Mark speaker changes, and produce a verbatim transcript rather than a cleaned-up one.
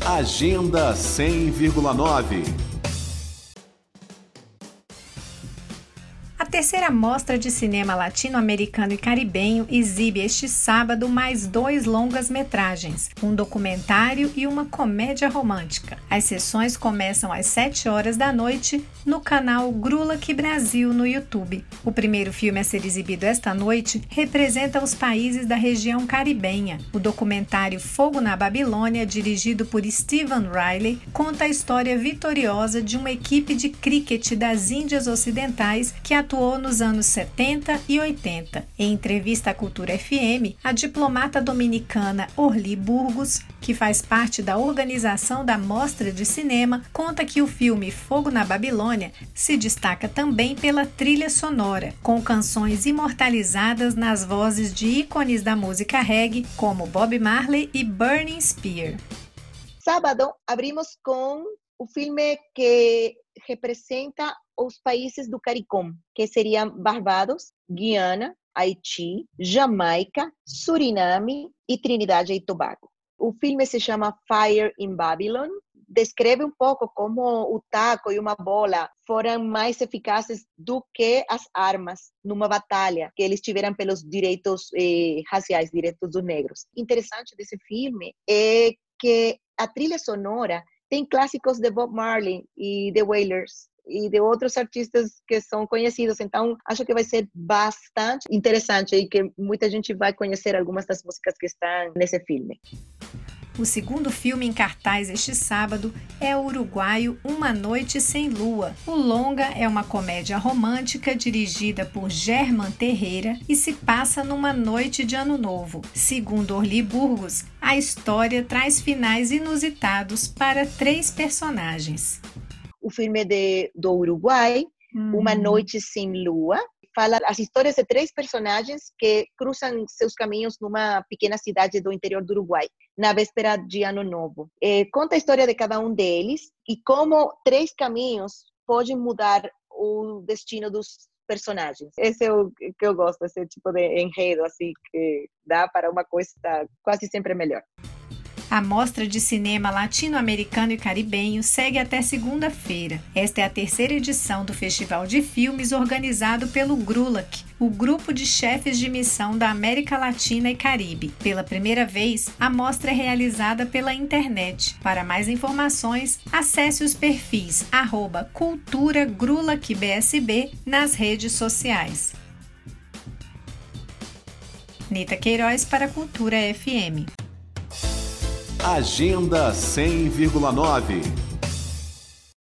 Speaker 1: Agenda cem vírgula nove.
Speaker 2: A terceira mostra de cinema latino-americano e caribenho exibe este sábado mais dois longas-metragens, um documentário e uma comédia romântica. As sessões começam às sete horas da noite no canal Grulac Brasil no YouTube. O primeiro filme a ser exibido esta noite representa os países da região caribenha. O documentário Fogo na Babilônia, dirigido por Steven Riley, conta a história vitoriosa de uma equipe de cricket das Índias Ocidentais que atuou nos anos setenta e oitenta. Em entrevista à Cultura F M, a diplomata dominicana Orly Burgos, que faz parte da organização da Mostra de Cinema, conta que o filme Fogo na Babilônia se destaca também pela trilha sonora, com canções imortalizadas nas vozes de ícones da música reggae como Bob Marley e Burning Spear.
Speaker 3: Sábado abrimos com o filme que representa os países do CARICOM, que seriam Barbados, Guiana, Haiti, Jamaica, Suriname e Trinidade e Tobago. O filme se chama Fire in Babylon. Descreve um pouco como o taco e uma bola foram mais eficazes do que as armas numa batalha que eles tiveram pelos direitos eh, raciais, direitos dos negros. Interessante desse filme é que a trilha sonora tem clássicos de Bob Marley e The Wailers e de outros artistas que são conhecidos. Então, acho que vai ser bastante interessante e que muita gente vai conhecer algumas das músicas que estão nesse filme.
Speaker 2: O segundo filme em cartaz este sábado é o uruguaio Uma Noite Sem Lua. O longa é uma comédia romântica dirigida por Germán Terreira e se passa numa noite de Ano Novo. Segundo Orly Burgos, a história traz finais inusitados para três personagens.
Speaker 3: O filme de, do Uruguai, uhum. Uma Noite Sem Lua, fala as histórias de três personagens que cruzam seus caminhos numa pequena cidade do interior do Uruguai, na véspera de Ano Novo. É, conta a história de cada um deles e como três caminhos podem mudar o destino dos personagens. Esse é o que eu gosto, esse tipo de enredo assim, que dá para uma coisa quase sempre melhor.
Speaker 2: A Mostra de Cinema Latino-Americano e Caribenho segue até segunda-feira. Esta é a terceira edição do Festival de Filmes organizado pelo Grulac, o grupo de chefes de missão da América Latina e Caribe. Pela primeira vez, a mostra é realizada pela internet. Para mais informações, acesse os perfis arroba Cultura Grulac B S B nas redes sociais. Nita Queiroz para a Cultura F M.
Speaker 1: Agenda cem vírgula nove.